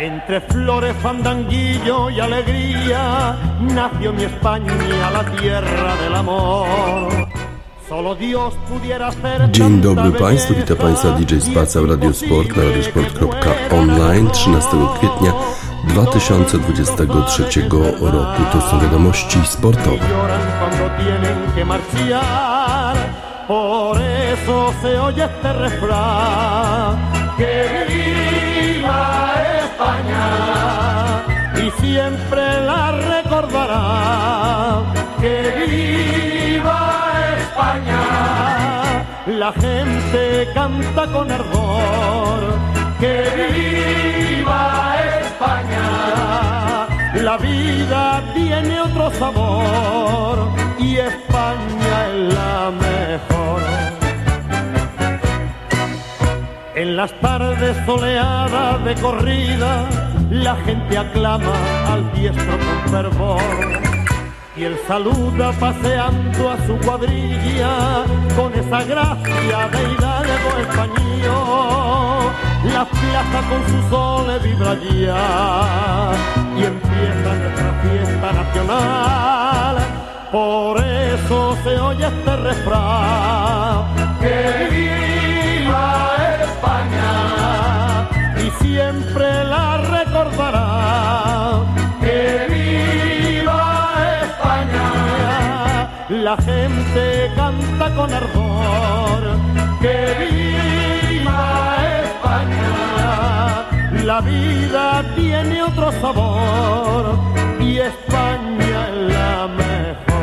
Entre flores, fandanguillo y alegría nació mi España, la tierra del amor. Dzień dobry Państwu, witam Państwa DJ Spaca w Radio Sport na radiosport.online 13 kwietnia 2023 roku. To są wiadomości sportowe. Por eso se oye este refrán, que viva España y siempre la recordará, que viva España. La gente canta con ardor, que viva España. La vida tiene otro sabor y España es la mejor. En las tardes soleadas de corrida, la gente aclama al diestro con fervor. Y él saluda paseando a su cuadrilla con esa gracia de hidalgo español. La plaza con su sol vibra ya y empieza nuestra fiesta nacional. Por eso se oye este refrán, que viva España y siempre la recordará, que viva España. La gente canta con ardor, que viva España. La vida tiene otro sabor y España es la mejor.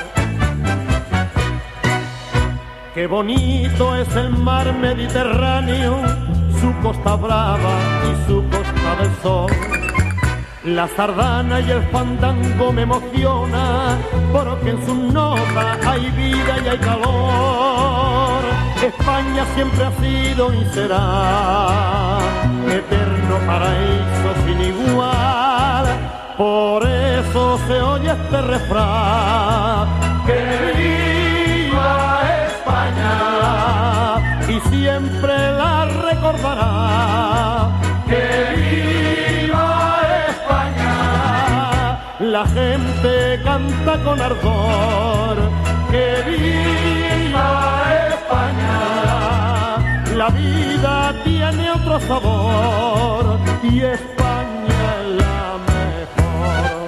Qué bonito es el mar Mediterráneo, su costa brava y su costa del sol. La sardana y el fandango me emociona, porque en sus notas hay vida y hay calor. España siempre ha sido y será eterno paraíso sin igual. Por eso se oye este refrán, que viva España y siempre la recordará, que viva España. La gente canta con ardor, que viva España. La vida tiene otro sabor y España es la mejor.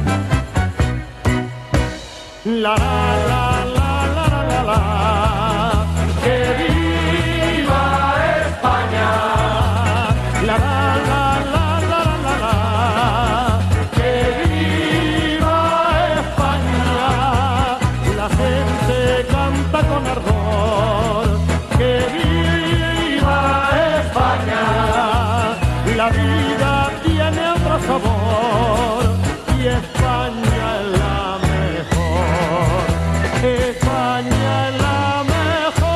La la la la la la la, que viva España. La la la la la la la, que viva España. La gente canta con ardor, que viva España. La vida tiene otro sabor y España es la mejor. España es la mejor.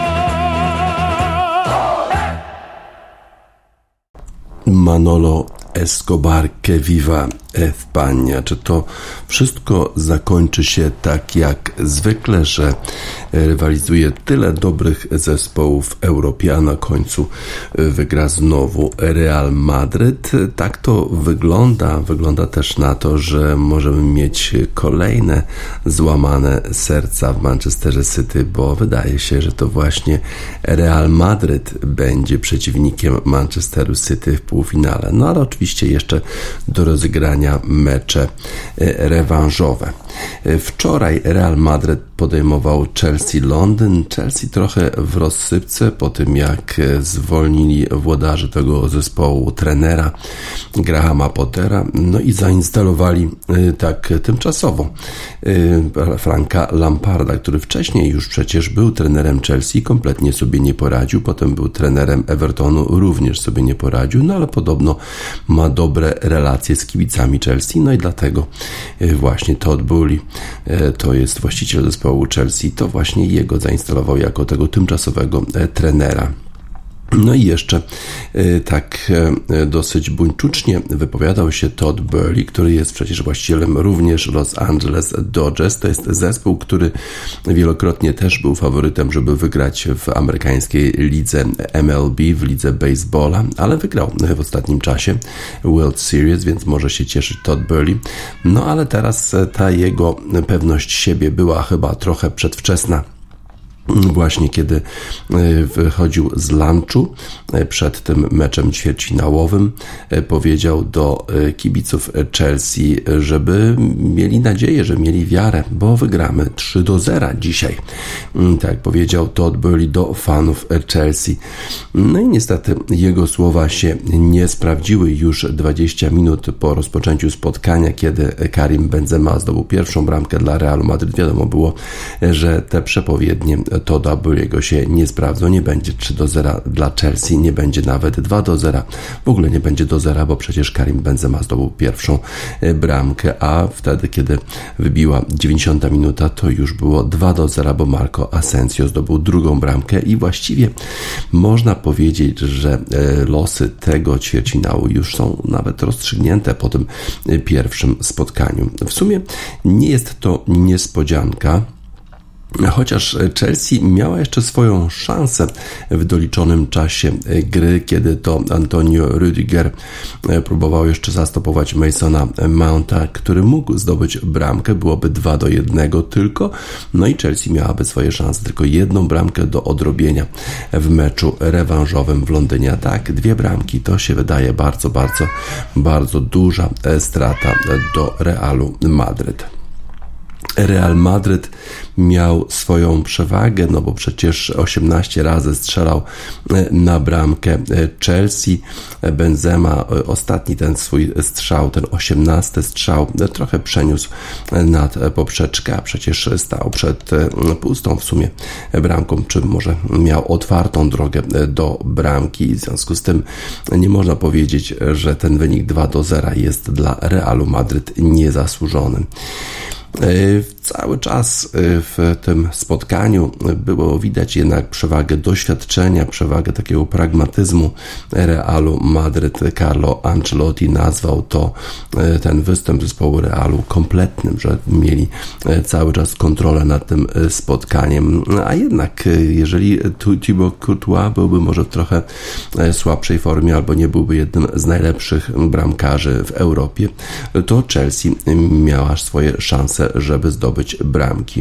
Manolo Escobar, que viva España. Czy to wszystko zakończy się tak jak zwykle, że rywalizuje tyle dobrych zespołów w Europie, a na końcu wygra znowu Real Madryt? Tak to wygląda. Wygląda też na to, że możemy mieć kolejne złamane serca w Manchesterze City, bo wydaje się, że to właśnie Real Madryt będzie przeciwnikiem Manchesteru City w półfinale. No ale oczywiście jeszcze do rozegrania mecze rewanżowe. Wczoraj Real Madryt podejmował Chelsea Londyn. Chelsea trochę w rozsypce po tym, jak zwolnili włodarze tego zespołu trenera Grahama Pottera, no i zainstalowali tak tymczasowo Franka Lamparda, który wcześniej już przecież był trenerem Chelsea, kompletnie sobie nie poradził, potem był trenerem Evertonu, również sobie nie poradził, no ale podobno ma dobre relacje z kibicami Chelsea, no i dlatego właśnie Todd Boehly, to jest właściciel zespołu Chelsea, to właśnie jego zainstalował jako tego tymczasowego trenera. No i jeszcze tak dosyć buńczucznie wypowiadał się Todd Boehly, który jest przecież właścicielem również Los Angeles Dodgers. To jest zespół, który wielokrotnie też był faworytem, żeby wygrać w amerykańskiej lidze MLB, w lidze baseballa, ale wygrał w ostatnim czasie World Series, więc może się cieszyć Todd Boehly. No ale teraz ta jego pewność siebie była chyba trochę przedwczesna. Właśnie kiedy wychodził z lunchu przed tym meczem ćwierćfinałowym, powiedział do kibiców Chelsea, żeby mieli nadzieję, że mieli wiarę, bo wygramy 3-0 dzisiaj. Tak powiedział Todd Boehly do fanów Chelsea. No i niestety jego słowa się nie sprawdziły już 20 minut po rozpoczęciu spotkania, kiedy Karim Benzema zdobył pierwszą bramkę dla Realu Madryt. Wiadomo było, że te przepowiednie Todda Boehly'ego się nie sprawdzą. Nie będzie 3-0 dla Chelsea, nie będzie nawet 2-0. W ogóle nie będzie do 0, bo przecież Karim Benzema zdobył pierwszą bramkę, a wtedy, kiedy wybiła 90 minuta, to już było 2-0, bo Marco Asensio zdobył drugą bramkę i właściwie można powiedzieć, że losy tego ćwierćfinału już są nawet rozstrzygnięte po tym pierwszym spotkaniu. W sumie nie jest to niespodzianka, chociaż Chelsea miała jeszcze swoją szansę w doliczonym czasie gry, kiedy to Antonio Rüdiger próbował jeszcze zastopować Masona Mounta, który mógł zdobyć bramkę, byłoby 2-1 tylko, no i Chelsea miałaby swoje szanse, tylko jedną bramkę do odrobienia w meczu rewanżowym w Londynie. A tak, 2 bramki to się wydaje bardzo duża strata do Realu Madryt. Real Madryt miał swoją przewagę, no bo przecież 18 razy strzelał na bramkę Chelsea. Benzema ostatni ten swój strzał, ten 18 strzał trochę przeniósł nad poprzeczkę, a przecież stał przed pustą w sumie bramką, czy może miał otwartą drogę do bramki. W związku z tym nie można powiedzieć, że ten wynik 2-0 jest dla Realu Madryt niezasłużony. Cały czas w tym spotkaniu było widać jednak przewagę doświadczenia, przewagę takiego pragmatyzmu Realu Madryt. Carlo Ancelotti nazwał ten występ zespołu Realu kompletnym, że mieli cały czas kontrolę nad tym spotkaniem, a jednak jeżeli Thibaut Courtois byłby może w trochę słabszej formie albo nie byłby jednym z najlepszych bramkarzy w Europie, to Chelsea miała swoje szanse, żeby zdobyć bramki.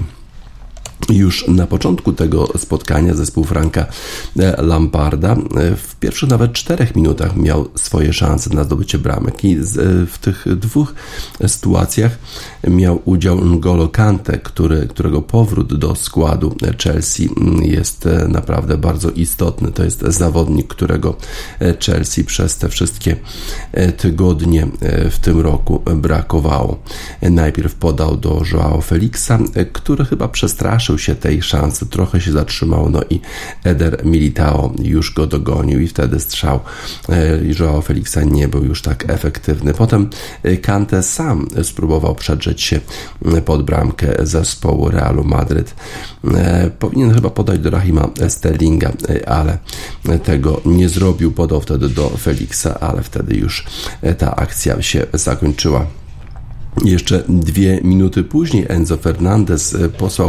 Już na początku tego spotkania zespół Franka Lamparda w pierwszych nawet 4 minutach miał swoje szanse na zdobycie bramek i w tych 2 sytuacjach miał udział N'Golo Kante, którego powrót do składu Chelsea jest naprawdę bardzo istotny. To jest zawodnik, którego Chelsea przez te wszystkie tygodnie w tym roku brakowało. Najpierw podał do João Felixa, który chyba przestraszył się tej szansy, trochę się zatrzymał, no i Eder Militao już go dogonił i wtedy strzał João Felixa nie był już tak efektywny. Potem Kante sam spróbował przedrzeć się pod bramkę zespołu Realu Madryt. Powinien chyba podać do Rahima Sterlinga, ale tego nie zrobił, podał wtedy do Felixa, ale wtedy już ta akcja się zakończyła. Jeszcze 2 minuty później Enzo Fernandez posłał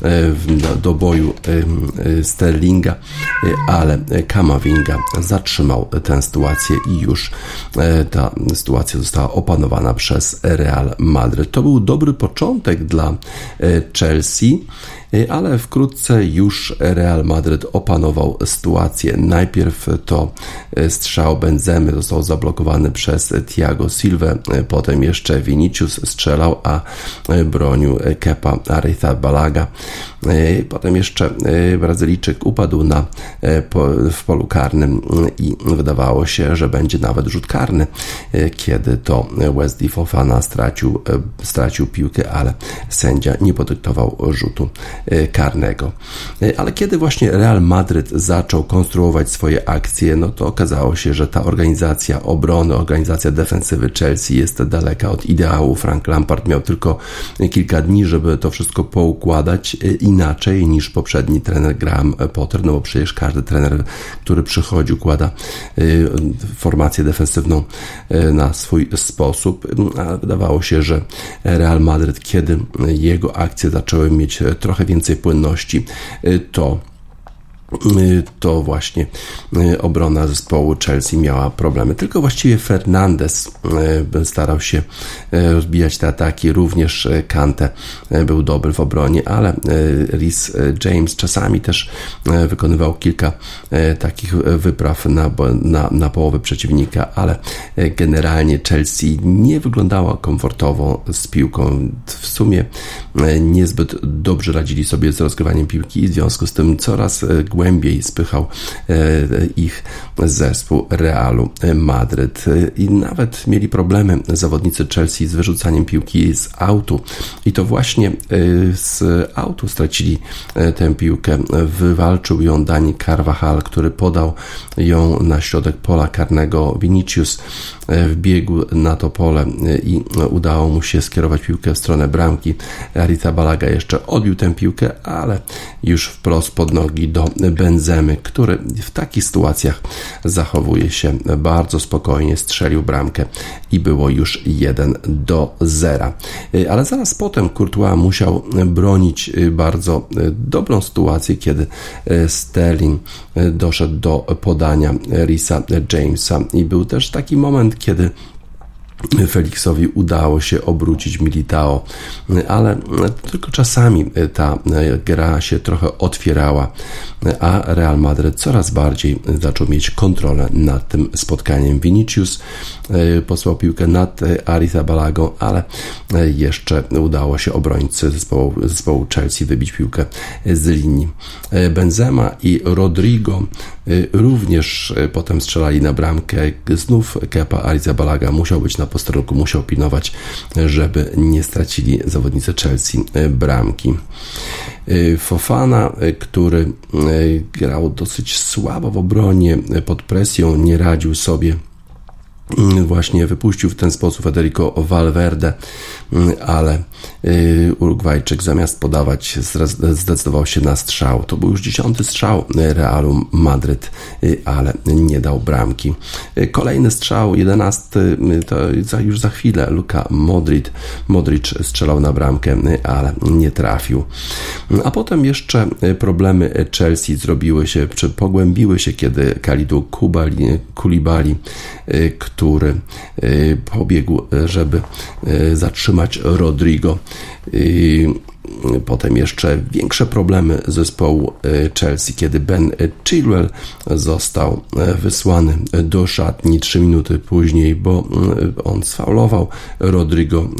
do boju Sterlinga, ale Camavinga zatrzymał tę sytuację i już ta sytuacja została opanowana przez Real Madryt. To był dobry początek dla Chelsea, ale wkrótce już Real Madryt opanował sytuację. Najpierw to strzał Benzemy został zablokowany przez Thiago Silvę, potem jeszcze Vinicius strzelał, a bronił Kepa Arrizabalaga. Potem jeszcze Brazylijczyk upadł w polu karnym i wydawało się, że będzie nawet rzut karny, kiedy to Wesley Fofana stracił piłkę, ale sędzia nie podyktował rzutu karnego. Ale kiedy właśnie Real Madryt zaczął konstruować swoje akcje, no to okazało się, że ta organizacja obrony, organizacja defensywy Chelsea jest daleka od ideału. Frank Lampard miał tylko kilka dni, żeby to wszystko poukładać i inaczej niż poprzedni trener Graham Potter, no bo przecież każdy trener, który przychodzi, układa formację defensywną na swój sposób, a wydawało się, że Real Madryt, kiedy jego akcje zaczęły mieć trochę więcej płynności, to właśnie obrona zespołu Chelsea miała problemy. Tylko właściwie Fernandes starał się rozbijać te ataki, również Kante był dobry w obronie, ale Reece James czasami też wykonywał kilka takich wypraw na połowę przeciwnika, ale generalnie Chelsea nie wyglądała komfortowo z piłką. W sumie niezbyt dobrze radzili sobie z rozgrywaniem piłki i w związku z tym coraz głębiej spychał ich zespół Realu Madryt i nawet mieli problemy zawodnicy Chelsea z wyrzucaniem piłki z autu i to właśnie z autu stracili tę piłkę. Wywalczył ją Dani Carvajal, który podał ją na środek pola karnego. Vinicius wbiegł na to pole i udało mu się skierować piłkę w stronę bramki. Arrizabalaga jeszcze odbił tę piłkę, ale już wprost pod nogi do Benzemy, który w takich sytuacjach zachowuje się bardzo spokojnie, strzelił bramkę i było już 1-0. Ale zaraz potem Courtois musiał bronić bardzo dobrą sytuację, kiedy Sterling doszedł do podania Reece'a Jamesa i był też taki moment, kiedy Felixowi udało się obrócić Militao, ale tylko czasami ta gra się trochę otwierała, a Real Madryt coraz bardziej zaczął mieć kontrolę nad tym spotkaniem. Vinicius posłał piłkę nad Arrizabalagą, ale jeszcze udało się obrońcy zespołu Chelsea wybić piłkę z linii. Benzema i Rodrigo również potem strzelali na bramkę. Znów Kepa Arrizabalaga musiał być na posterunku, musiał pilnować, żeby nie stracili zawodnicy Chelsea bramki. Fofana, który grał dosyć słabo w obronie, pod presją nie radził sobie, właśnie wypuścił w ten sposób Federico Valverde, ale Urugwajczyk zamiast podawać zdecydował się na strzał. To był już 10. strzał Realu Madryt, ale nie dał bramki. Kolejny strzał, 11, to już za chwilę Luka Modric strzelał na bramkę, ale nie trafił. A potem jeszcze problemy Chelsea pogłębiły się, kiedy Kalidou Koulibaly, który pobiegł, żeby zatrzymać Rodrigo. Potem jeszcze większe problemy zespołu Chelsea, kiedy Ben Chilwell został wysłany do szatni 3 minuty później, bo on sfaulował Rodrigo,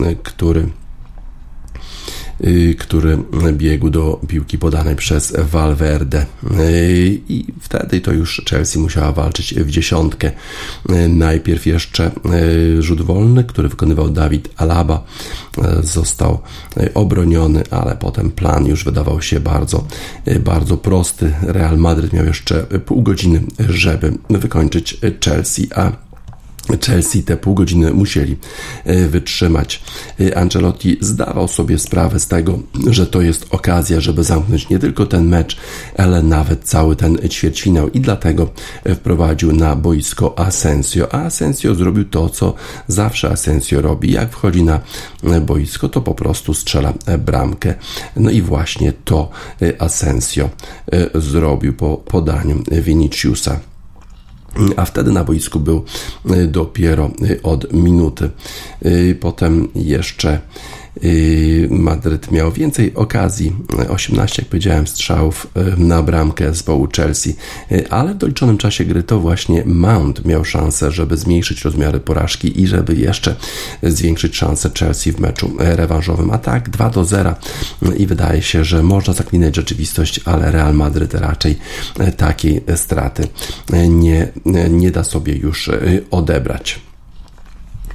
który biegł do piłki podanej przez Valverde i wtedy to już Chelsea musiała walczyć w dziesiątkę. Najpierw jeszcze rzut wolny, który wykonywał David Alaba, został obroniony, ale potem plan już wydawał się bardzo, bardzo prosty. Real Madryt miał jeszcze pół godziny, żeby wykończyć Chelsea, a Chelsea te pół godziny musieli wytrzymać. Ancelotti zdawał sobie sprawę z tego, że to jest okazja, żeby zamknąć nie tylko ten mecz, ale nawet cały ten ćwierćfinał i dlatego wprowadził na boisko Asensio. A Asensio zrobił to, co zawsze Asensio robi. Jak wchodzi na boisko, to po prostu strzela bramkę. No i właśnie to Asensio zrobił po podaniu Viniciusa. A wtedy na boisku był dopiero od minuty. Potem jeszcze Madryt miał więcej okazji, 18, jak powiedziałem, strzałów na bramkę zespołu Chelsea, ale w doliczonym czasie gry to właśnie Mount miał szansę, żeby zmniejszyć rozmiary porażki i żeby jeszcze zwiększyć szanse Chelsea w meczu rewanżowym. A tak 2-0 i wydaje się, że można zaklinać rzeczywistość, ale Real Madryt raczej takiej straty nie da sobie już odebrać.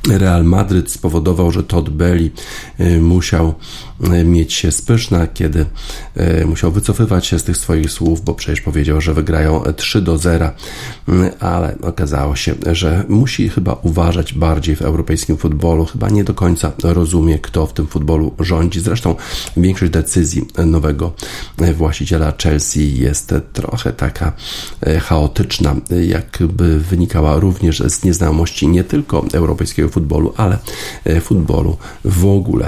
Real Madryt spowodował, że Todd Boehly musiał mieć się spyszna, kiedy musiał wycofywać się z tych swoich słów, bo przecież powiedział, że wygrają 3-0, ale okazało się, że musi chyba uważać bardziej w europejskim futbolu, chyba nie do końca rozumie, kto w tym futbolu rządzi. Zresztą większość decyzji nowego właściciela Chelsea jest trochę taka chaotyczna, jakby wynikała również z nieznajomości nie tylko europejskiego futbolu, ale futbolu w ogóle.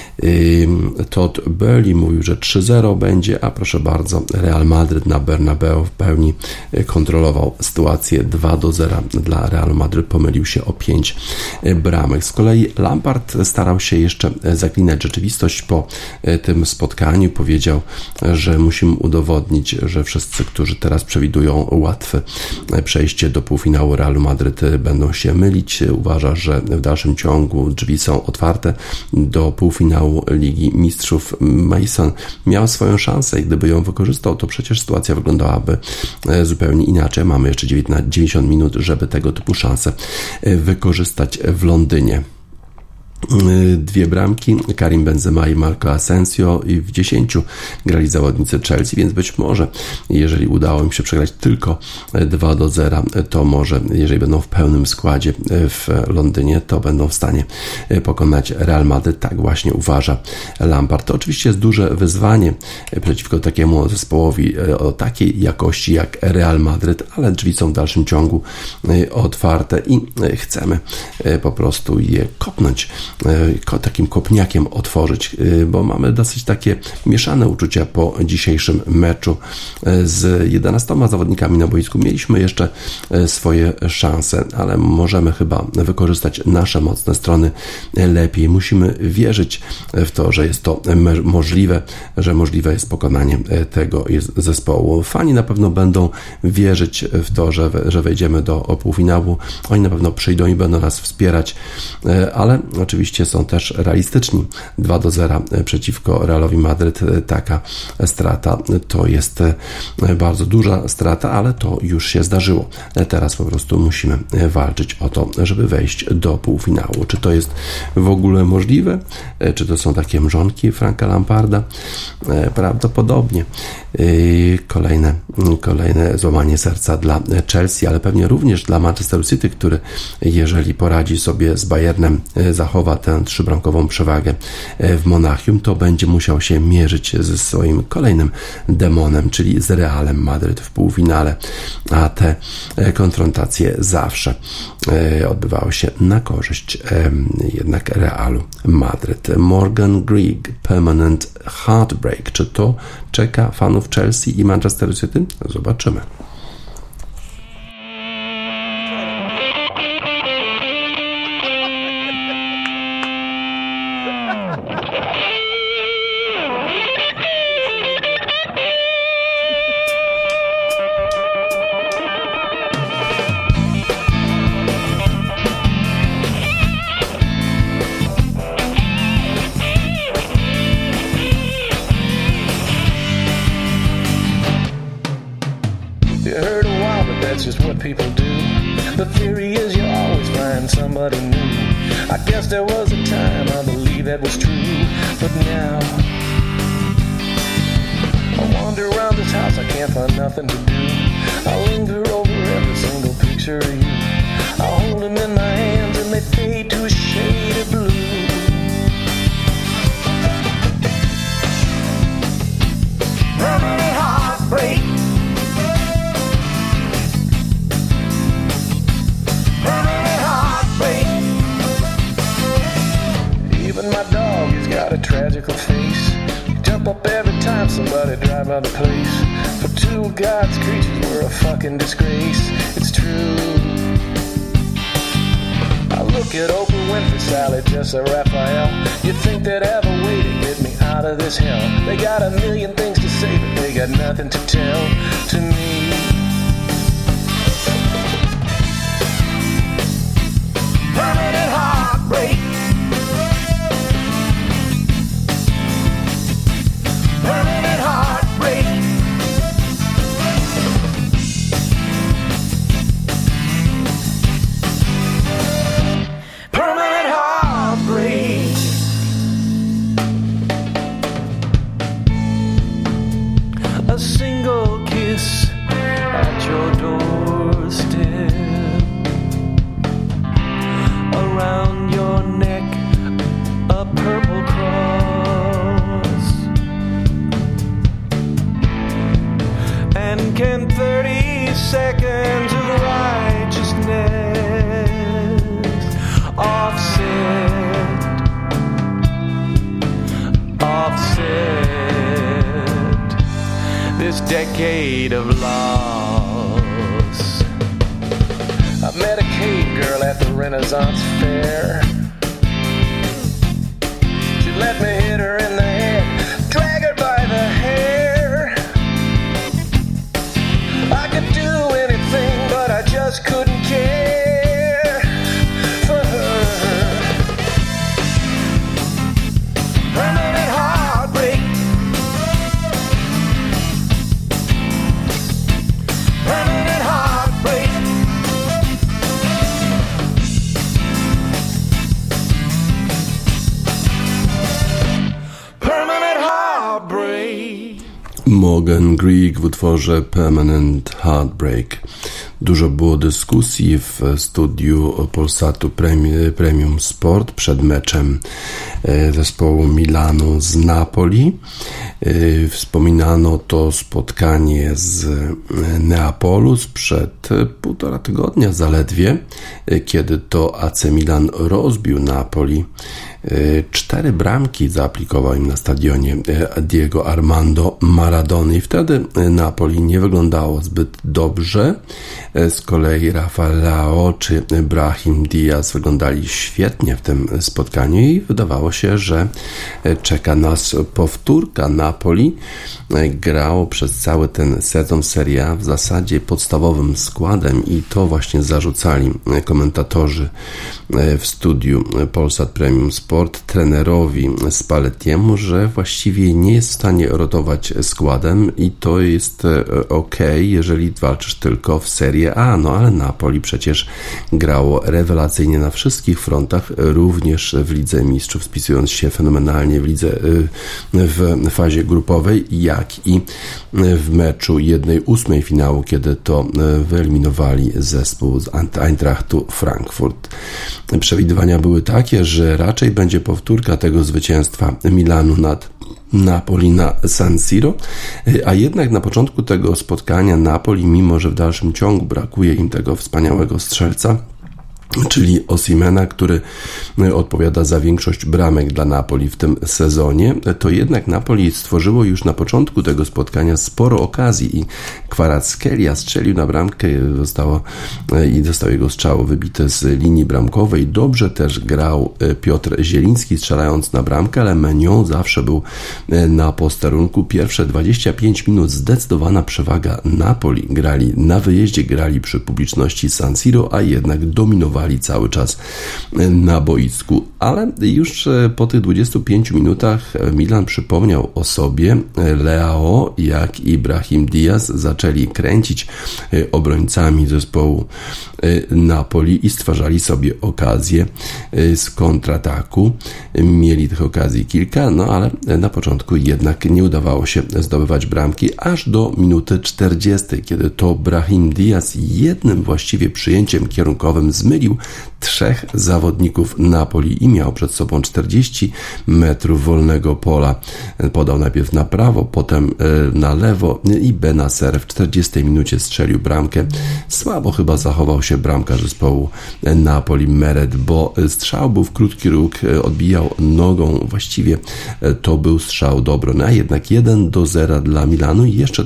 Todd Boehly mówił, że 3-0 będzie, a proszę bardzo, Real Madryt na Bernabeu w pełni kontrolował sytuację. 2-0 dla Realu Madryt, pomylił się o 5 bramek. Z kolei Lampard starał się jeszcze zaklinać rzeczywistość po tym spotkaniu. Powiedział, że musimy udowodnić, że wszyscy, którzy teraz przewidują łatwe przejście do półfinału Realu Madryt, będą się mylić. Uważa, że w dalszym ciągu drzwi są otwarte do półfinału Ligi Mistrzów. Mason miał swoją szansę i gdyby ją wykorzystał, to przecież sytuacja wyglądałaby zupełnie inaczej. Mamy jeszcze 90 minut, żeby tego typu szanse wykorzystać w Londynie. 2 bramki, Karim Benzema i Marco Asensio, i w 10 grali zawodnicy Chelsea, więc być może, jeżeli udało im się przegrać tylko 2-0, to może, jeżeli będą w pełnym składzie w Londynie, to będą w stanie pokonać Real Madryt. Tak właśnie uważa Lampard. To oczywiście jest duże wyzwanie przeciwko takiemu zespołowi o takiej jakości jak Real Madryt, ale drzwi są w dalszym ciągu otwarte i chcemy po prostu je kopnąć, takim kopniakiem otworzyć, bo mamy dosyć takie mieszane uczucia po dzisiejszym meczu. Z 11 zawodnikami na boisku mieliśmy jeszcze swoje szanse, ale możemy chyba wykorzystać nasze mocne strony lepiej. Musimy wierzyć w to, że jest to możliwe, że możliwe jest pokonanie tego zespołu. Fani na pewno będą wierzyć w to, że wejdziemy do półfinału. Oni na pewno przyjdą i będą nas wspierać, ale oczywiście są też realistyczni. 2-0 przeciwko Realowi Madryt, taka strata to jest bardzo duża strata, ale to już się zdarzyło. Teraz po prostu musimy walczyć o to, żeby wejść do półfinału. Czy to jest w ogóle możliwe? Czy to są takie mrzonki Franka Lamparda? Prawdopodobnie. Kolejne złamanie serca dla Chelsea, ale pewnie również dla Manchesteru City, który jeżeli poradzi sobie z Bayernem, zachowa tę 3-bramkową przewagę w Monachium, to będzie musiał się mierzyć ze swoim kolejnym demonem, czyli z Realem Madryt w półfinale, a te konfrontacje zawsze odbywały się na korzyść jednak Realu Madryt. Morgan Greig, Permanent Heartbreak. Czy to czeka fanów Chelsea i Manchesteru City? Zobaczymy. That's just what people do. The theory is you always find somebody new. I guess there was a time I believe that was true, but now I wander around this house, I can't find nothing to do. I linger over every single picture of you. I hold them in my hands and they fade to a shade of blue. Permanent heartbreak. My dog, he's got a tragical face. Jump up every time somebody drive by the place. For two of God's creatures, we're a fucking disgrace. It's true. I look at Oprah Winfrey, Sally, Jessa, Raphael. You'd think they'd have a way to get me out of this hell. They got a million things to say, but they got nothing to tell to me. Permanent heartbreak. Permanent heartbreak. Permanent And can 30 seconds of righteousness offset this decade of loss? I met a cave girl at the Renaissance Fair. She let me hit her in the head, drag her by the hair. I could do anything, but I just couldn't care for her. Permanent heartbreak. Permanent heartbreak. Permanent heartbreak. Morgan Greig w utworze Permanent Heartbreak. Dużo było dyskusji w studiu Polsatu Premium Sport przed meczem zespołu Milanu z Napoli. Wspominano to spotkanie z Neapolu sprzed 1,5 tygodnia zaledwie, kiedy to AC Milan rozbił Napoli. 4 bramki zaaplikował im na stadionie Diego Armando Maradony i wtedy Napoli nie wyglądało zbyt dobrze. Z kolei Rafael Leao czy Brahim Diaz wyglądali świetnie w tym spotkaniu i wydawało się, że czeka nas powtórka. Napoli grało przez cały ten sezon Serie A w zasadzie podstawowym składem i to właśnie zarzucali komentatorzy w studiu Polsat Premium Sport trenerowi Spallettiemu, że właściwie nie jest w stanie rotować składem i to jest okej, jeżeli walczysz tylko w Serie A, no ale Napoli przecież grało rewelacyjnie na wszystkich frontach, również w Lidze Mistrzów, spisując się fenomenalnie w fazie grupowej, jak i w meczu 1/8 finału, kiedy to wyeliminowali zespół z Eintrachtu Frankfurt. Przewidywania były takie, że raczej będzie powtórka tego zwycięstwa Milanu nad Napoli na San Siro, a jednak na początku tego spotkania Napoli, mimo że w dalszym ciągu brakuje im tego wspaniałego strzelca, czyli Osimena, który odpowiada za większość bramek dla Napoli w tym sezonie, to jednak Napoli stworzyło już na początku tego spotkania sporo okazji i Kvaratskhelia strzelił na bramkę, został jego strzał wybity z linii bramkowej. Dobrze też grał Piotr Zieliński, strzelając na bramkę, ale Menion zawsze był na posterunku. Pierwsze 25 minut zdecydowana przewaga Napoli. Grali na wyjeździe, grali przy publiczności San Siro, a jednak dominowali cały czas na boisku, ale już po tych 25 minutach Milan przypomniał o sobie. Leao, jak i Brahim Diaz zaczęli kręcić obrońcami zespołu Napoli i stwarzali sobie okazje z kontrataku. Mieli tych okazji kilka, no ale na początku jednak nie udawało się zdobywać bramki, aż do minuty 40, kiedy to Brahim Diaz jednym właściwie przyjęciem kierunkowym zmylił 3 zawodników Napoli i miał przed sobą 40 metrów wolnego pola. Podał najpierw na prawo, potem na lewo i Benacer w 40 minucie strzelił bramkę. Słabo chyba zachował się bramkarz zespołu Napoli Meret, bo strzał był w krótki róg, odbijał nogą, właściwie to był strzał do obrony, a jednak 1-0 dla Milanu i jeszcze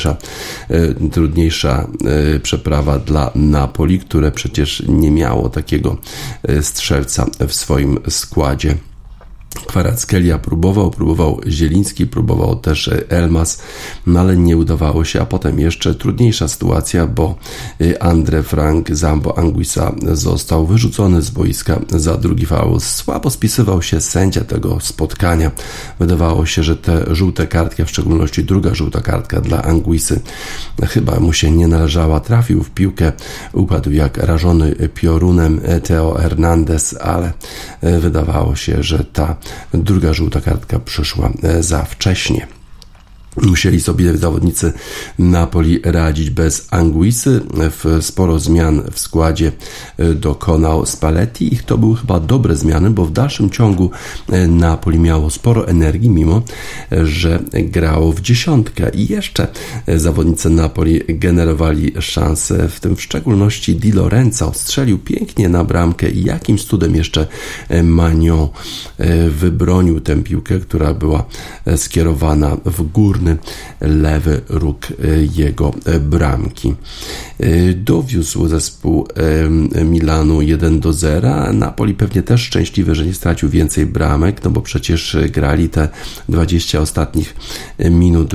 trudniejsza przeprawa dla Napoli, które przecież nie miało takiego strzelca w swoim składzie. Kvaratskhelia próbował Zieliński, próbował też Elmas, no ale nie udawało się, a potem jeszcze trudniejsza sytuacja, bo Andre Frank Zambo Anguissa został wyrzucony z boiska za drugi faul. Słabo spisywał się sędzia tego spotkania. Wydawało się, że te żółte kartki, a w szczególności druga żółta kartka dla Anguissy, chyba mu się nie należała. Trafił w piłkę, upadł jak rażony piorunem Theo Hernandez, ale wydawało się, że ta druga żółta kartka przyszła za wcześnie. Musieli sobie zawodnicy Napoli radzić bez Anguissy. Sporo zmian w składzie dokonał Spalletti i to były chyba dobre zmiany, bo w dalszym ciągu Napoli miało sporo energii, mimo że grało w dziesiątkę i jeszcze zawodnicy Napoli generowali szanse, w tym w szczególności Di Lorenzo strzelił pięknie na bramkę i jakimś cudem jeszcze Magnon wybronił tę piłkę, która była skierowana w górny lewy róg jego bramki. Dowiózł zespół Milanu 1-0. Napoli pewnie też szczęśliwy, że nie stracił więcej bramek, no bo przecież grali te 20 ostatnich minut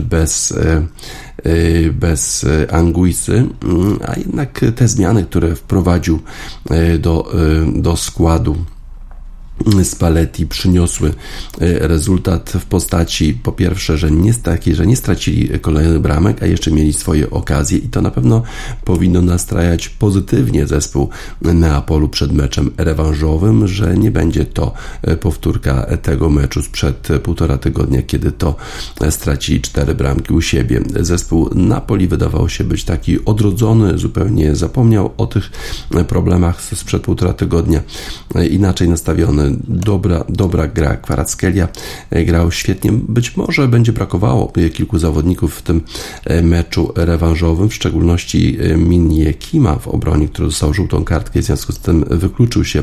bez Anguissy, a jednak te zmiany, które wprowadził do składu Spalletti, przyniosły rezultat w postaci po pierwsze, że nie stracili kolejnych bramek, a jeszcze mieli swoje okazje i to na pewno powinno nastrajać pozytywnie zespół Neapolu przed meczem rewanżowym, że nie będzie to powtórka tego meczu sprzed 1,5 tygodnia, kiedy to stracili 4 bramki u siebie. Zespół Napoli wydawał się być taki odrodzony, zupełnie zapomniał o tych problemach sprzed 1,5 tygodnia, inaczej nastawiony. Dobra gra. Kvaratskhelia grał świetnie. Być może będzie brakowało kilku zawodników w tym meczu rewanżowym, w szczególności Miniekima w obronie, który dostał żółtą kartkę i w związku z tym wykluczył się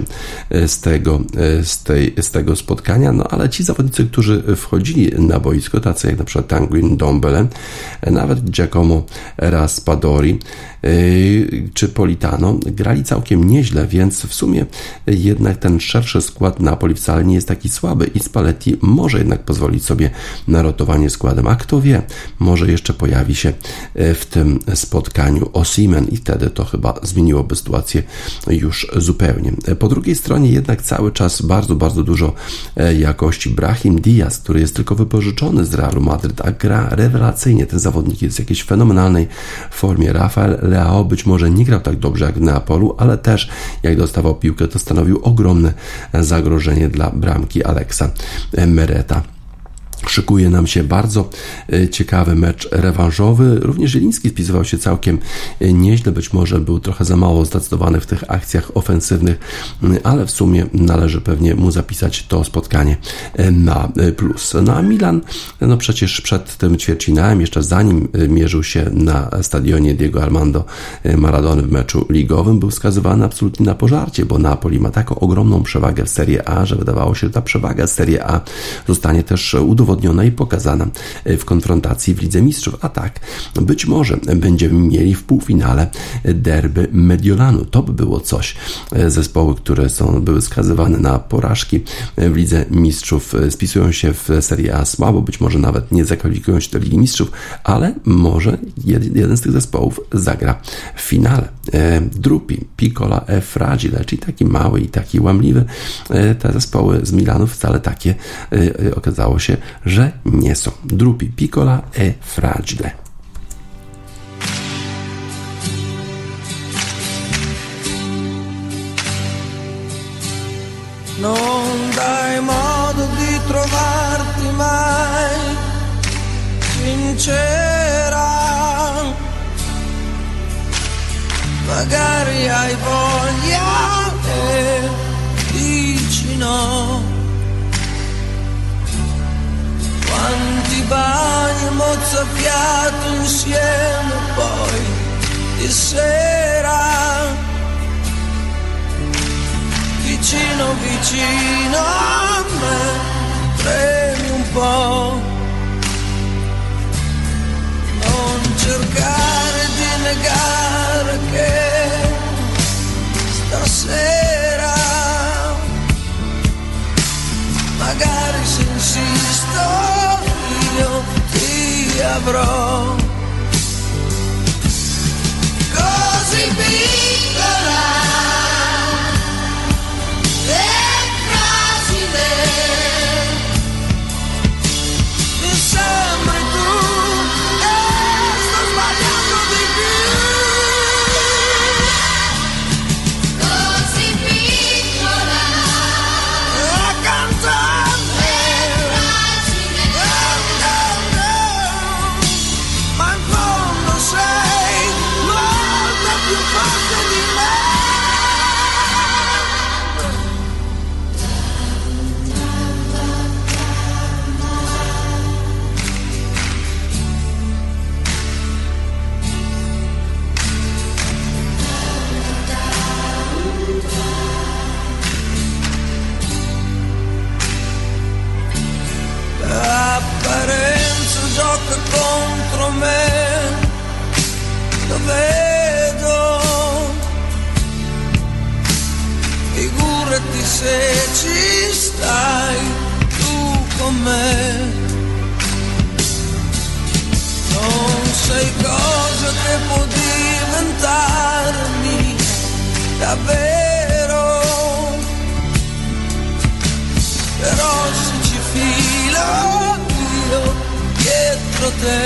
z tego spotkania. No ale ci zawodnicy, którzy wchodzili na boisko, tacy jak na przykład Tanguy Ndombele, nawet Giacomo Raspadori czy Politano, grali całkiem nieźle, więc w sumie jednak ten szerszy skład Napoli wcale nie jest taki słaby i Spalletti może jednak pozwolić sobie na rotowanie składem, a kto wie, może jeszcze pojawi się w tym spotkaniu Osimhen i wtedy to chyba zmieniłoby sytuację już zupełnie. Po drugiej stronie jednak cały czas bardzo, bardzo dużo jakości. Brahim Diaz, który jest tylko wypożyczony z Realu Madryt, a gra rewelacyjnie. Ten zawodnik jest w jakiejś fenomenalnej formie. Rafael Leao być może nie grał tak dobrze jak w Neapolu, ale też jak dostawał piłkę, to stanowił ogromne zagrożenie dla bramki Alexa Mereta. Szykuje nam się bardzo ciekawy mecz rewanżowy. Również Zieliński spisywał się całkiem nieźle, być może był trochę za mało zdecydowany w tych akcjach ofensywnych, ale w sumie należy pewnie mu zapisać to spotkanie na plus. No a Milan, no przecież przed tym ćwierćfinałem, jeszcze zanim mierzył się na stadionie Diego Armando Maradony w meczu ligowym, był skazywany absolutnie na pożarcie, bo Napoli ma taką ogromną przewagę w Serie A, że wydawało się, że ta przewaga Serie A zostanie też udowodniona i pokazana w konfrontacji w Lidze Mistrzów. A tak, być może będziemy mieli w półfinale derby Mediolanu. To by było coś. Zespoły, które były skazywane na porażki w Lidze Mistrzów, spisują się w Serie A słabo, być może nawet nie zakwalifikują się do Ligi Mistrzów, ale może jeden z tych zespołów zagra w finale. Drupi, Piccola e Fragile, czyli taki mały i taki łamliwy. Te zespoły z Milanu wcale takie okazało się, że nie są. Drupi, Piccola e Fragile. Non dai modo di trovarti mai sincera, magari hai voglia e dici no. Quanti bagni mozzafiato insieme poi di sera, vicino vicino a me, premi un po', non cercare di negare che stasera magari se insisto io ti avrò. Così piccola e fragile mi sembri tu e sto sbagliando di più. Così piccola accanto a me, fragile, sei cose che può diventarmi davvero, però se ci filo io dietro te,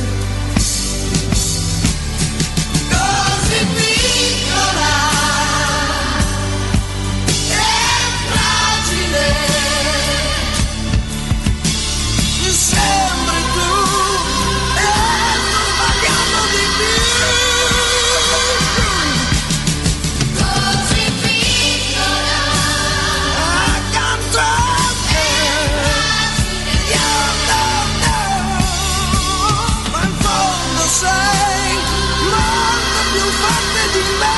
così piccola e fragile, mi sembri tu e sto sbagliando di più, così piccola accanto a te, io non ma in fondo sei molto più forte di me,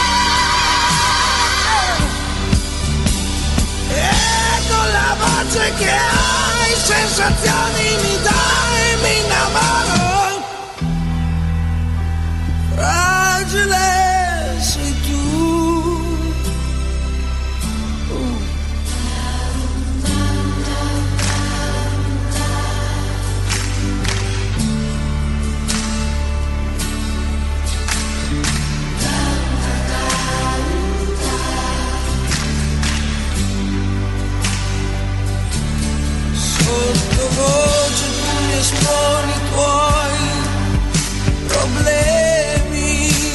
e con la voce che hai sensazioni mi dai, mi innamoro, fragile sei tu. Sottovoce tu mi esponi i tuoi problemi,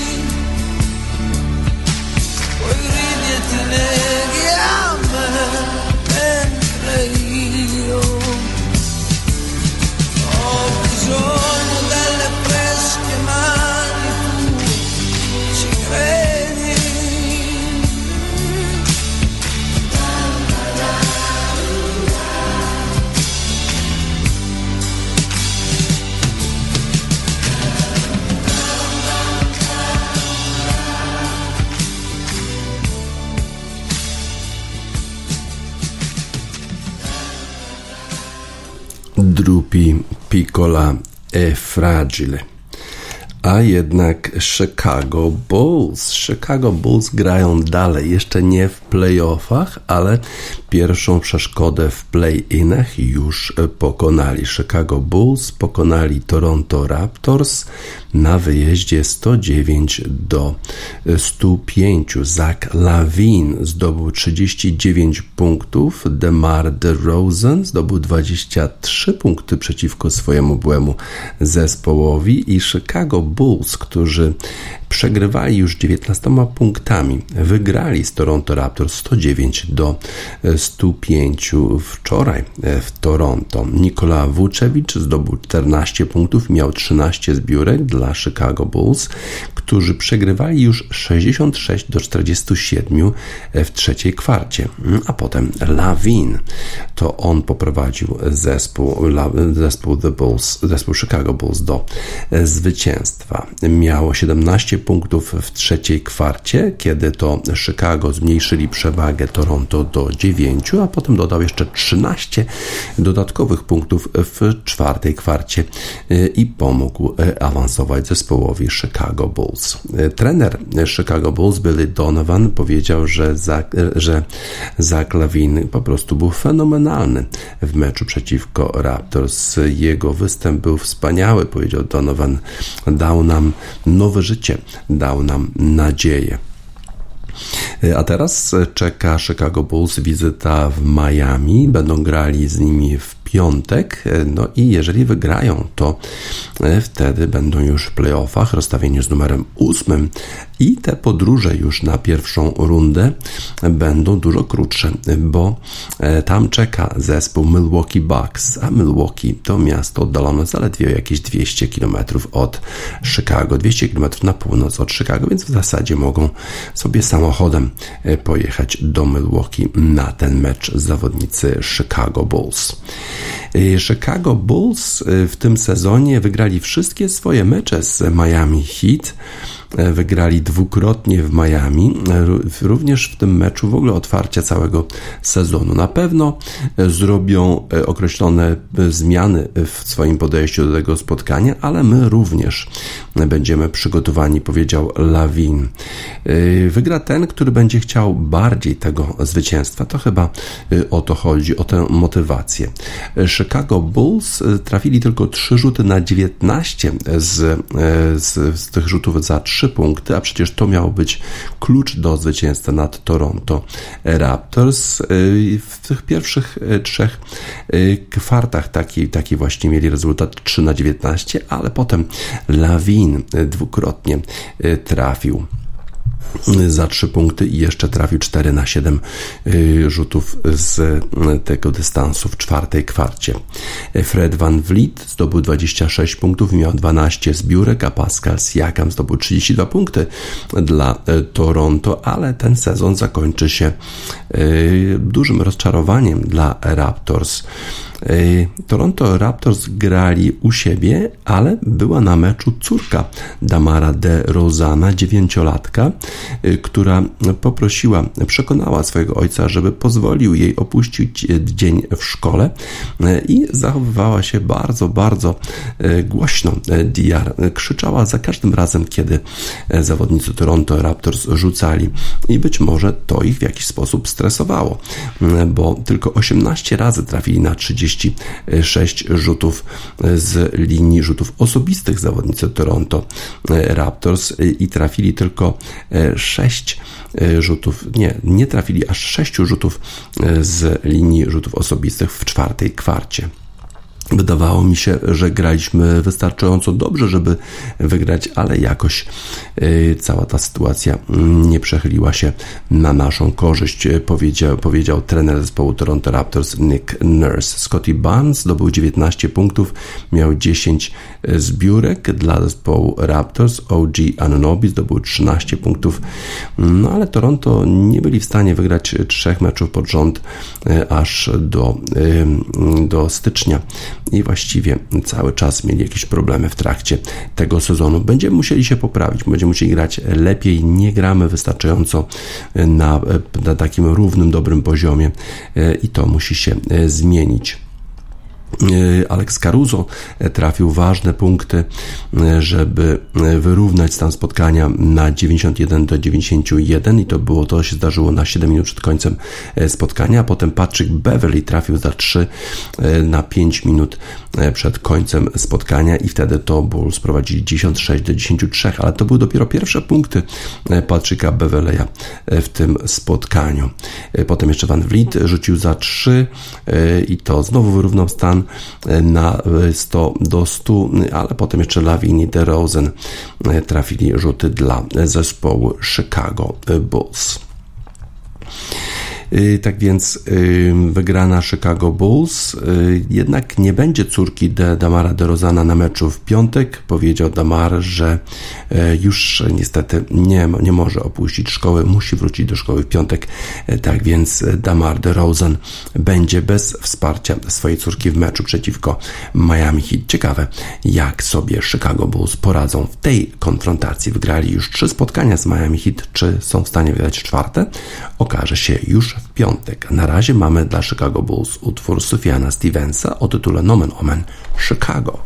poi ridi e ti neghi a me, mentre io ho bisogno delle fresche mani, tu ci credi? Drupi, piccola e fragile. A jednak Chicago Bulls grają dalej, jeszcze nie w playoffach, ale pierwszą przeszkodę w play-inach już pokonali. Chicago Bulls pokonali Toronto Raptors na wyjeździe 109-105. Zach LaVine zdobył 39 punktów, DeMar DeRozan zdobył 23 punkty przeciwko swojemu byłemu zespołowi i Chicago Bulls, którzy przegrywali już 19 punktami, wygrali z Toronto Raptors 109-105 wczoraj w Toronto. Nikola Vucevic zdobył 14 punktów, miał 13 zbiórek dla Chicago Bulls, którzy przegrywali już 66-47 w trzeciej kwarcie. A potem LaVine, to on poprowadził zespół Chicago Bulls do zwycięstwa. Miało 17 punktów w trzeciej kwarcie, kiedy to Chicago zmniejszyli przewagę Toronto do 9, a potem dodał jeszcze 13 dodatkowych punktów w czwartej kwarcie i pomógł awansować zespołowi Chicago Bulls. Trener Chicago Bulls, Billy Donovan, powiedział, że Zach LaVine po prostu był fenomenalny w meczu przeciwko Raptors. Jego występ był wspaniały, powiedział Donovan. Dał nam nowe życie, dał nam nadzieję. A teraz czeka Chicago Bulls wizyta w Miami. Będą grali z nimi w piątek. No i jeżeli wygrają, to wtedy będą już w playoffach, rozstawieni z numerem 8 i te podróże już na pierwszą rundę będą dużo krótsze, bo tam czeka zespół Milwaukee Bucks, a Milwaukee to miasto oddalone zaledwie o jakieś 200 km od Chicago, 200 km na północ od Chicago, więc w zasadzie mogą sobie samochodem pojechać do Milwaukee na ten mecz zawodnicy Chicago Bulls. Chicago Bulls w tym sezonie wygrali wszystkie swoje mecze z Miami Heat wygrali dwukrotnie w Miami, również w tym meczu w ogóle otwarcia całego sezonu. Na pewno zrobią określone zmiany w swoim podejściu do tego spotkania, ale my również będziemy przygotowani, powiedział Lavin. Wygra ten, który będzie chciał bardziej tego zwycięstwa. To chyba o to chodzi, o tę motywację. Chicago Bulls trafili tylko 3 rzuty na 19 z tych rzutów za 3 punkty, a przecież to miał być klucz do zwycięstwa nad Toronto Raptors. W tych pierwszych 3 kwartach taki właśnie mieli rezultat 3 na 19, ale potem Lavin dwukrotnie trafił za 3 punkty i jeszcze trafił 4 na 7 rzutów z tego dystansu w 4. kwarcie. Fred VanVleet zdobył 26 punktów i miał 12 zbiórek, a Pascal Siakam zdobył 32 punkty dla Toronto, ale ten sezon zakończy się dużym rozczarowaniem dla Raptors. Toronto Raptors grali u siebie, ale była na meczu córka Damara DeRozana, 9-latka, która przekonała swojego ojca, żeby pozwolił jej opuścić dzień w szkole i zachowywała się bardzo, bardzo głośno. DR krzyczała za każdym razem, kiedy zawodnicy Toronto Raptors rzucali i być może to ich w jakiś sposób stresowało, bo tylko 18 razy trafili na 36 rzutów z linii rzutów osobistych zawodnicy Toronto Raptors i trafili tylko 6 rzutów, nie trafili aż 6 rzutów z linii rzutów osobistych w 4. kwarcie. Wydawało mi się, że graliśmy wystarczająco dobrze, żeby wygrać, ale jakoś cała ta sytuacja nie przechyliła się na naszą korzyść, powiedział trener zespołu Toronto Raptors Nick Nurse. Scottie Barnes zdobył 19 punktów, miał 10 zbiórek dla zespołu Raptors. OG Anunoby zdobył 13 punktów, no ale Toronto nie byli w stanie wygrać 3 meczów pod rząd aż do stycznia. I właściwie cały czas mieli jakieś problemy w trakcie tego sezonu. Będziemy musieli się poprawić, będziemy musieli grać lepiej, nie gramy wystarczająco na takim równym, dobrym poziomie i to musi się zmienić. Alex Caruso trafił ważne punkty, żeby wyrównać stan spotkania na 91-91 i to się zdarzyło na 7 minut przed końcem spotkania, a potem Patrick Beverley trafił za 3 na 5 minut przed końcem spotkania i wtedy to Bulls prowadzili 96-103, ale to były dopiero pierwsze punkty Patricka Beverleya w tym spotkaniu. Potem jeszcze VanVleet rzucił za 3 i to znowu wyrównał stan na 100-100, ale potem jeszcze Lavin i DeRozan trafili rzuty dla zespołu Chicago Bulls. Tak więc wygrana Chicago Bulls. Jednak nie będzie córki Damara DeRozana na meczu w piątek. Powiedział Damar, że już niestety nie może opuścić szkoły, musi wrócić do szkoły w piątek. Tak więc Damar DeRozan będzie bez wsparcia swojej córki w meczu przeciwko Miami Heat. Ciekawe, jak sobie Chicago Bulls poradzą w tej konfrontacji. Wygrali już 3 spotkania z Miami Heat. Czy są w stanie wygrać 4? Okaże się już w piątek. Na razie mamy dla Chicago Bulls utwór Sufjana Stevensa o tytule Nomen Omen Chicago.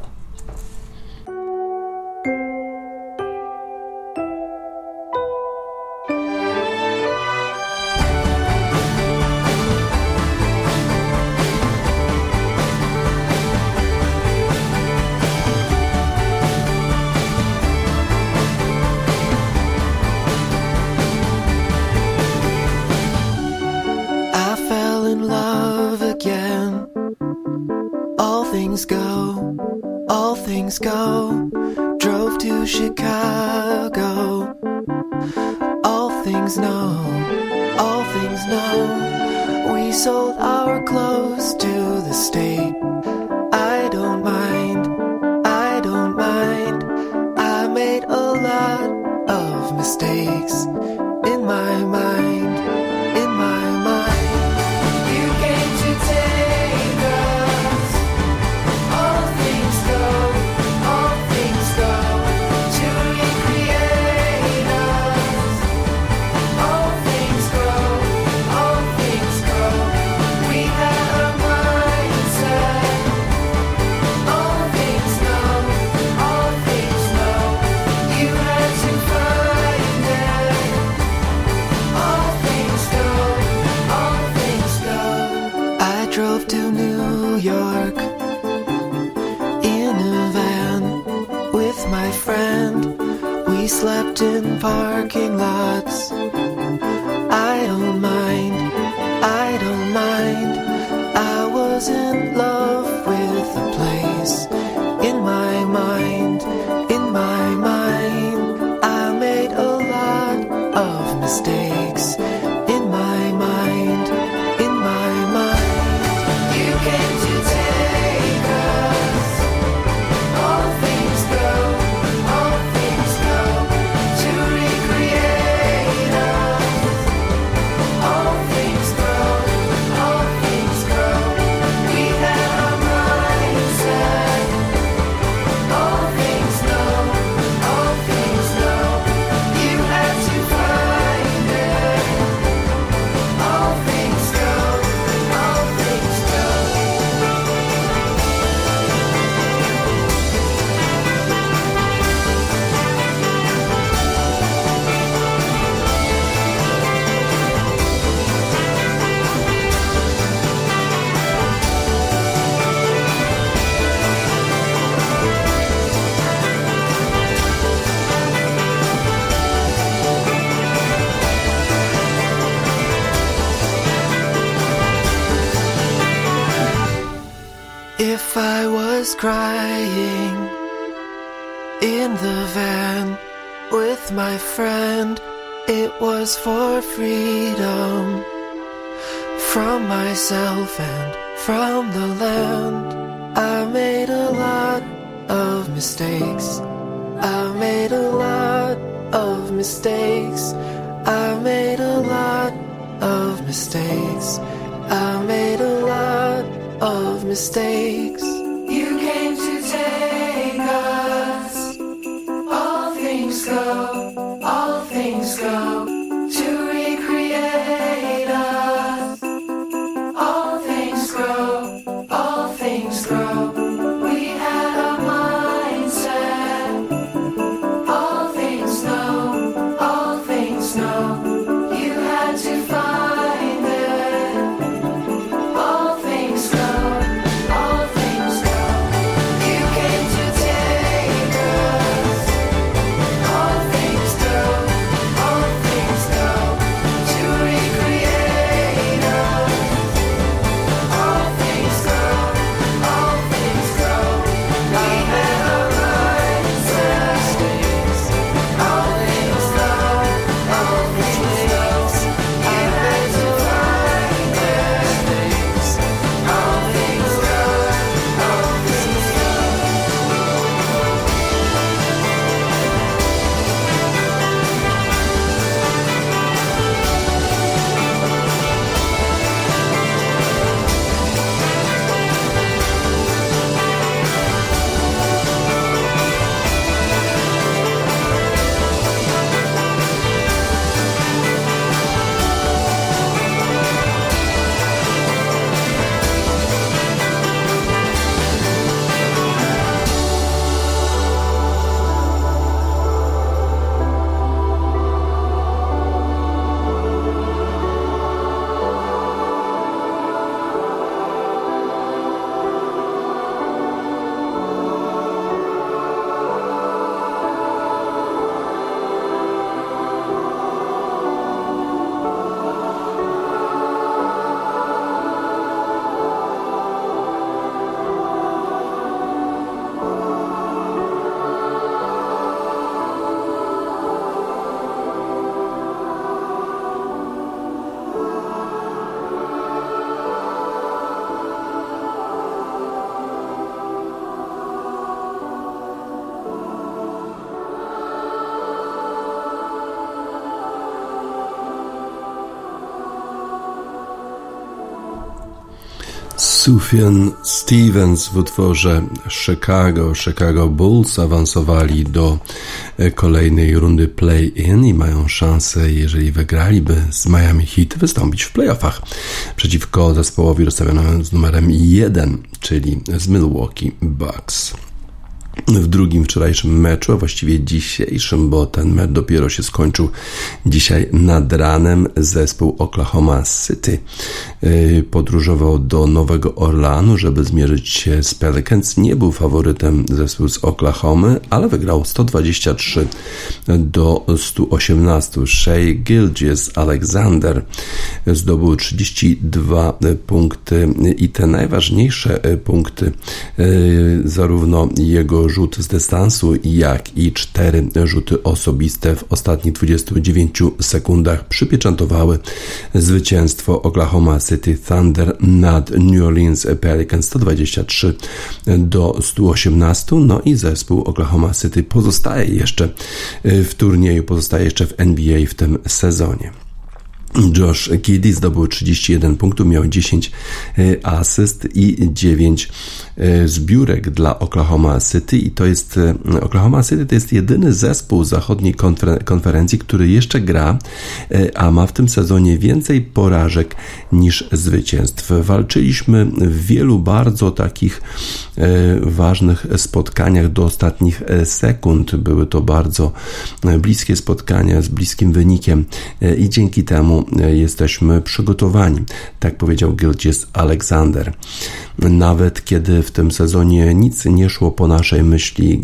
All things go. Drove to Chicago. All things know. We sold our clothes to the state. I don't mind. I made a lot of mistakes in my mind. You came to take us. All things go to recreate. my friend. We slept in parking lots. I don't mind, I don't mind. I was in love with the place. In my mind, in my mind, I made a lot of mistakes. In my mind, in my mind, you came to take us. All things go, all things go, to recreate us. All things grow, all things grow. We had our minds set. All things know, all things know. You had to find it. All things go, all things go. If I was crying in the van with my friend, it was for freedom from myself and from the land. I made a lot of mistakes. I made a lot of mistakes. I made a lot of mistakes. I made a lot of mistakes. You came to take us. All things go, all things go, to recreate us. All things grow, all things grow. We had a mindset. All things know, all things know. You had to find it. All things go, all things go. You came to take us. All things go, all things go, to recreate us. All things go, all things go. We had our minds set. All things go, all things go. You had to find it. All things go, all things go. Sufjan Stevens w utworze Chicago Bulls awansowali do kolejnej rundy play-in i mają szansę, jeżeli wygraliby z Miami Heat, wystąpić w playoffach przeciwko zespołowi rozstawionemu z numerem 1, czyli z Milwaukee Bucks. w drugim wczorajszym meczu, a właściwie dzisiejszym, bo ten mecz dopiero się skończył dzisiaj nad ranem. Zespół Oklahoma City podróżował do Nowego Orleanu, żeby zmierzyć się z Pelicans. Nie był faworytem zespół z Oklahomy, ale wygrał 123-118. Shai Gilgeous-Alexander zdobył 32 punkty i te najważniejsze punkty, zarówno jego rzut z dystansu, jak i 4 rzuty osobiste w ostatnich 29 sekundach przypieczętowały zwycięstwo Oklahoma City Thunder nad New Orleans Pelicans 123-118. No i zespół Oklahoma City pozostaje jeszcze w turnieju, pozostaje jeszcze w NBA w tym sezonie. Josh Giddey zdobył 31 punktów, miał 10 asyst i 9 zbiórek dla Oklahoma City i to jest Oklahoma City to jest jedyny zespół zachodniej konferencji, który jeszcze gra, a ma w tym sezonie więcej porażek niż zwycięstw. Walczyliśmy w wielu bardzo takich ważnych spotkaniach do ostatnich sekund. Były to bardzo bliskie spotkania z bliskim wynikiem i dzięki temu jesteśmy przygotowani, tak powiedział Gilgeous-Alexander. Nawet kiedy w tym sezonie nic nie szło po naszej myśli,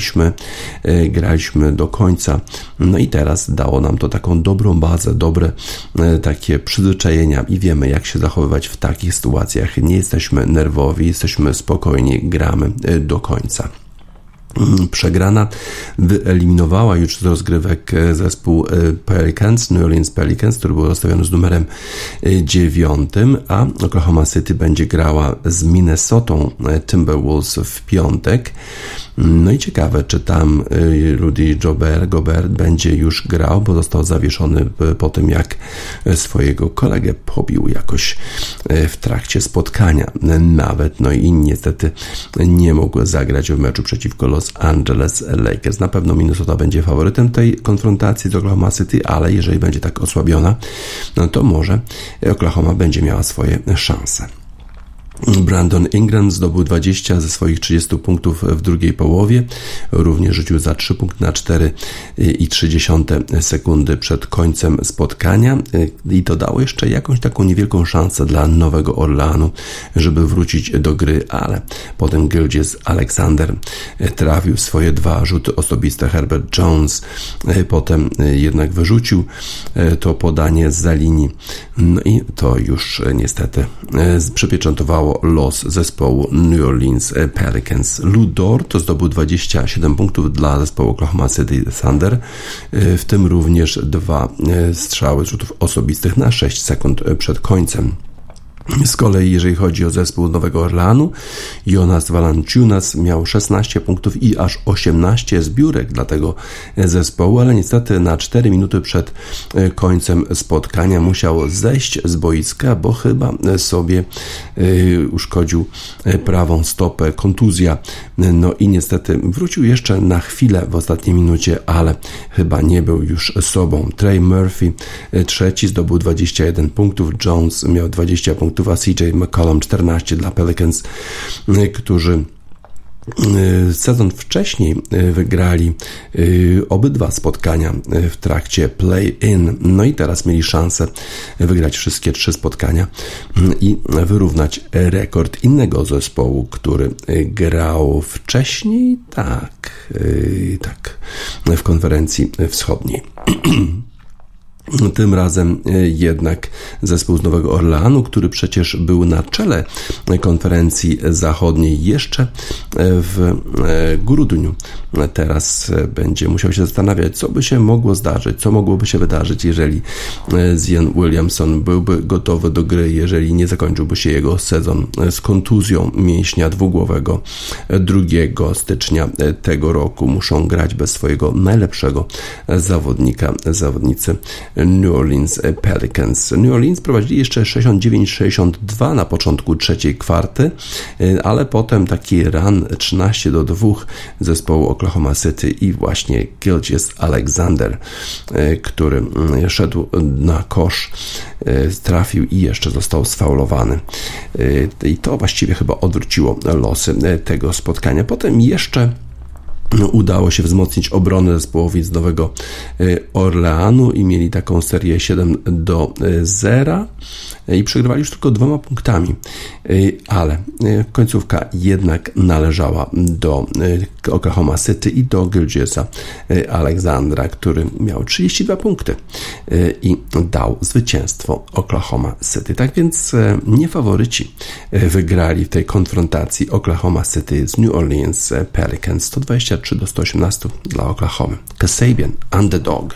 graliśmy do końca. No i teraz dało nam to taką dobrą bazę, dobre takie przyzwyczajenia i wiemy, jak się zachowywać w takich sytuacjach. Nie jesteśmy nerwowi, jesteśmy spokojni, gramy do końca. Przegrana wyeliminowała już z rozgrywek zespół Pelicans, New Orleans Pelicans, który był rozstawiony z numerem 9, a Oklahoma City będzie grała z Minnesotą Timberwolves w piątek. No i ciekawe, czy tam Rudy Gobert będzie już grał, bo został zawieszony po tym, jak swojego kolegę pobił jakoś w trakcie spotkania nawet, no i niestety nie mógł zagrać w meczu przeciwko Los Angeles Lakers. Na pewno Minnesota będzie faworytem tej konfrontacji z Oklahoma City, ale jeżeli będzie tak osłabiona, no to może Oklahoma będzie miała swoje szanse. Brandon Ingram zdobył 20 ze swoich 30 punktów w drugiej połowie. Również rzucił za 3 punkty na 4,3 sekundy przed końcem spotkania i to dało jeszcze jakąś taką niewielką szansę dla Nowego Orleanu, żeby wrócić do gry, ale potem Gilgeous-Alexander trafił swoje 2 rzuty osobiste. Herbert Jones potem jednak wyrzucił to podanie zza linii. No i to już niestety przypieczętowało los zespołu New Orleans Pelicans. Lu Dort zdobył 27 punktów dla zespołu Oklahoma City Thunder, w tym również 2 strzały z rzutów osobistych na 6 sekund przed końcem. Z kolei jeżeli chodzi o zespół Nowego Orleanu, Jonas Valanciunas miał 16 punktów i aż 18 zbiórek dla tego zespołu, ale niestety na 4 minuty przed końcem spotkania musiał zejść z boiska, bo chyba sobie uszkodził prawą stopę, kontuzja. No i niestety wrócił jeszcze na chwilę w ostatniej minucie, ale chyba nie był już sobą. Trey Murphy trzeci zdobył 21 punktów, Jones miał 20 punktów, a CJ McCollum 14 dla Pelicans, którzy sezon wcześniej wygrali obydwa spotkania w trakcie play-in, no i teraz mieli szansę wygrać wszystkie 3 spotkania i wyrównać rekord innego zespołu, który grał wcześniej, tak, w konferencji wschodniej. Tym razem jednak zespół z Nowego Orleanu, który przecież był na czele konferencji zachodniej jeszcze w grudniu, teraz będzie musiał się zastanawiać, co by się mogło zdarzyć, co mogłoby się wydarzyć, jeżeli Zion Williamson byłby gotowy do gry, jeżeli nie zakończyłby się jego sezon z kontuzją mięśnia dwugłowego 2 stycznia tego roku. Muszą grać bez swojego najlepszego zawodnika, zawodnicy New Orleans Pelicans. New Orleans prowadzili jeszcze 69-62 na początku trzeciej kwarty, ale potem taki run 13-2 zespołu Oklahoma City i właśnie Gilgeous-Alexander, który szedł na kosz, trafił i jeszcze został sfaulowany. I to właściwie chyba odwróciło losy tego spotkania. Potem jeszcze udało się wzmocnić obronę zespołowi z Nowego Orleanu i mieli taką serię 7-0 i przegrywali już tylko 2 punktami, ale końcówka jednak należała do Oklahoma City i do Gilgeousa Alexandra, który miał 32 punkty i dał zwycięstwo Oklahoma City. Tak więc niefaworyci wygrali w tej konfrontacji Oklahoma City z New Orleans Pelicans 123-118 dla Oklahomy. Kasabian, underdog.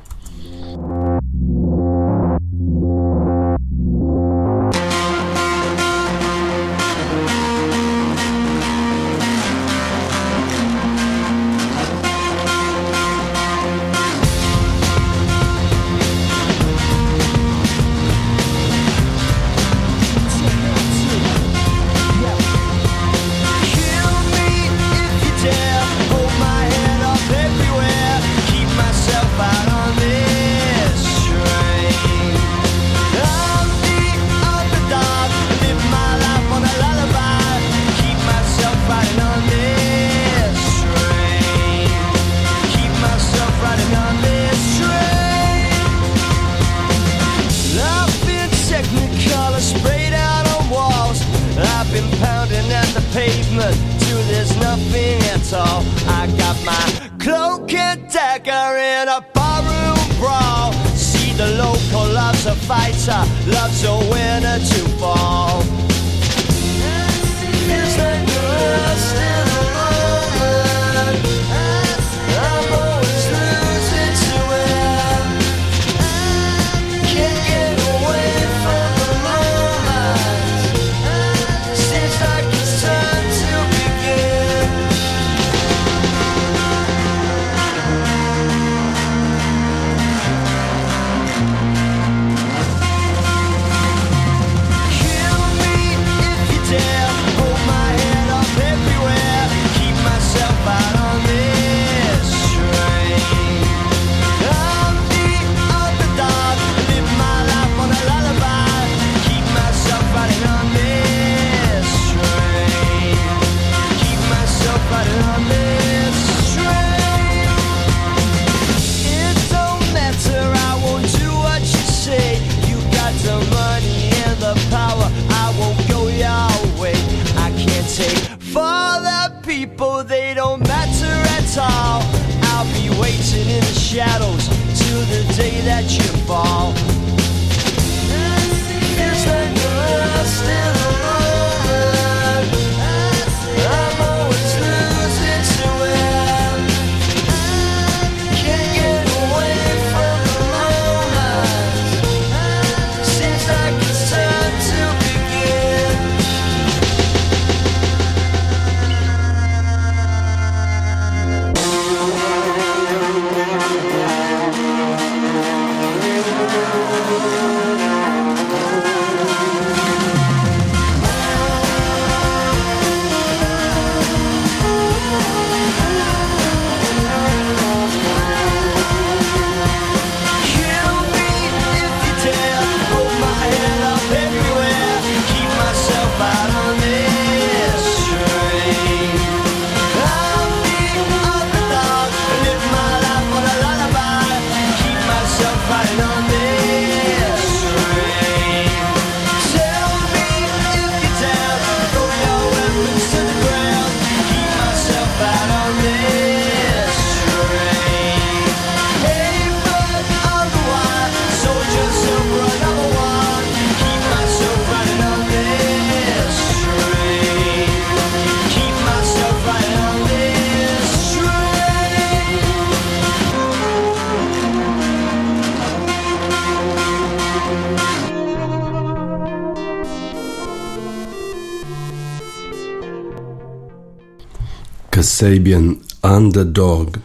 Kasabian, underdog.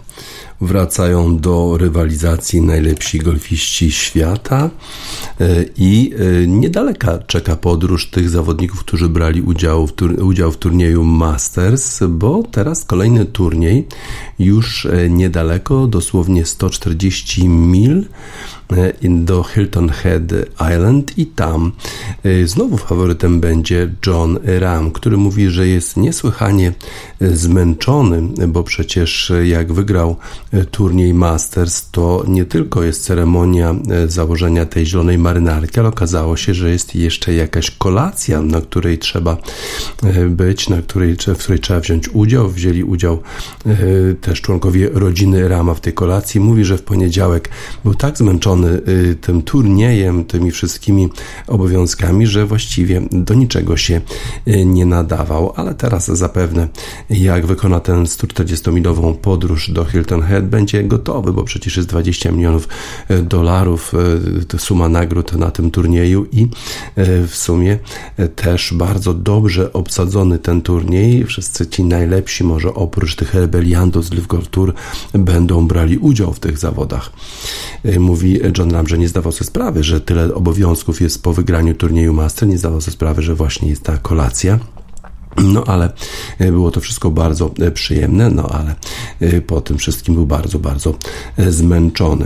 Wracają do rywalizacji najlepsi golfiści świata i niedaleka czeka podróż tych zawodników, którzy brali udział w turnieju Masters, bo teraz kolejny turniej już niedaleko, dosłownie 140 mil do Hilton Head Island i tam znowu faworytem będzie Jon Rahm, który mówi, że jest niesłychanie zmęczony, bo przecież jak wygrał turniej Masters, to nie tylko jest ceremonia założenia tej zielonej marynarki, ale okazało się, że jest jeszcze jakaś kolacja, na której trzeba być, w której trzeba wziąć udział. Wzięli udział też członkowie rodziny Rahma w tej kolacji. Mówi, że w poniedziałek był tak zmęczony tym turniejem, tymi wszystkimi obowiązkami, że właściwie do niczego się nie nadawał, ale teraz zapewne jak wykona tę 140-milową podróż do Hilton Head, będzie gotowy, bo przecież jest $20 milionów, to suma nagród na tym turnieju i w sumie też bardzo dobrze obsadzony ten turniej. Wszyscy ci najlepsi, może oprócz tych rebeliantów z LIV Golf Tour, będą brali udział w tych zawodach. Mówi Jon Rahm, że nie zdawał sobie sprawy, że tyle obowiązków jest po wygraniu turnieju Master, nie zdawał sobie sprawy, że właśnie jest ta kolacja. No ale było to wszystko bardzo przyjemne, no ale po tym wszystkim był bardzo, bardzo zmęczony.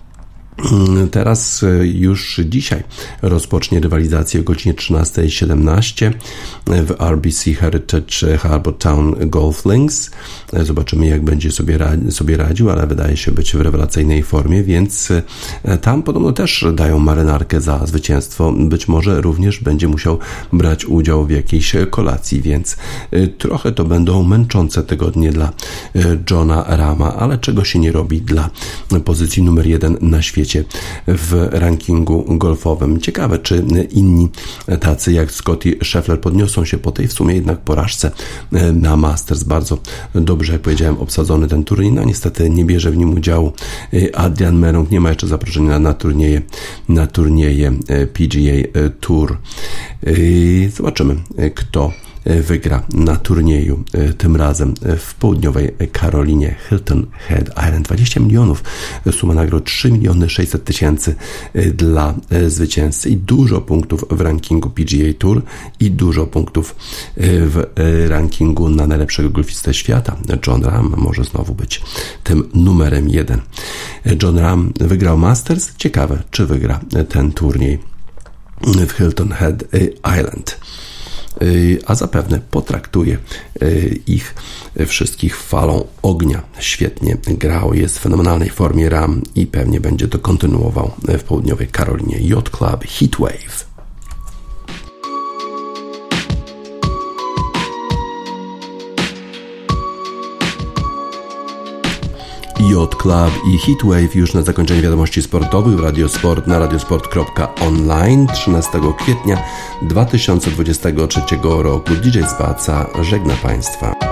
Teraz już dzisiaj rozpocznie rywalizację o godzinie 13:17 w RBC Heritage Harbour Town Golf Links. Zobaczymy, jak będzie sobie radził, ale wydaje się być w rewelacyjnej formie, więc tam podobno też dają marynarkę za zwycięstwo. Być może również będzie musiał brać udział w jakiejś kolacji, więc trochę to będą męczące tygodnie dla Jona Rahma, ale czego się nie robi dla pozycji numer 1 na świecie w rankingu golfowym. Ciekawe, czy inni tacy jak Scottie Scheffler podniosą się po tej w sumie jednak porażce na Masters. Bardzo dobrze, jak powiedziałem, obsadzony ten turniej. No niestety nie bierze w nim udziału Adrian Meronk. Nie ma jeszcze zaproszenia na turnieje PGA Tour. Zobaczymy, kto wygra na turnieju, tym razem w południowej Karolinie, Hilton Head Island. 20 milionów, suma nagród 3,6 miliony dla zwycięzcy i dużo punktów w rankingu PGA Tour i dużo punktów w rankingu na najlepszego golfistę świata. Jon Rahm może znowu być tym numerem 1. Jon Rahm wygrał Masters. Ciekawe, czy wygra ten turniej w Hilton Head Island. A zapewne potraktuje ich wszystkich falą ognia. Świetnie grał, jest w fenomenalnej formie Rahm i pewnie będzie to kontynuował w południowej Karolinie. Yacht Club Heatwave. Yacht Club i Heatwave już na zakończenie wiadomości sportowych w Radiosport na radiosport.online 13 kwietnia 2023 roku. DJ Spaca żegna Państwa.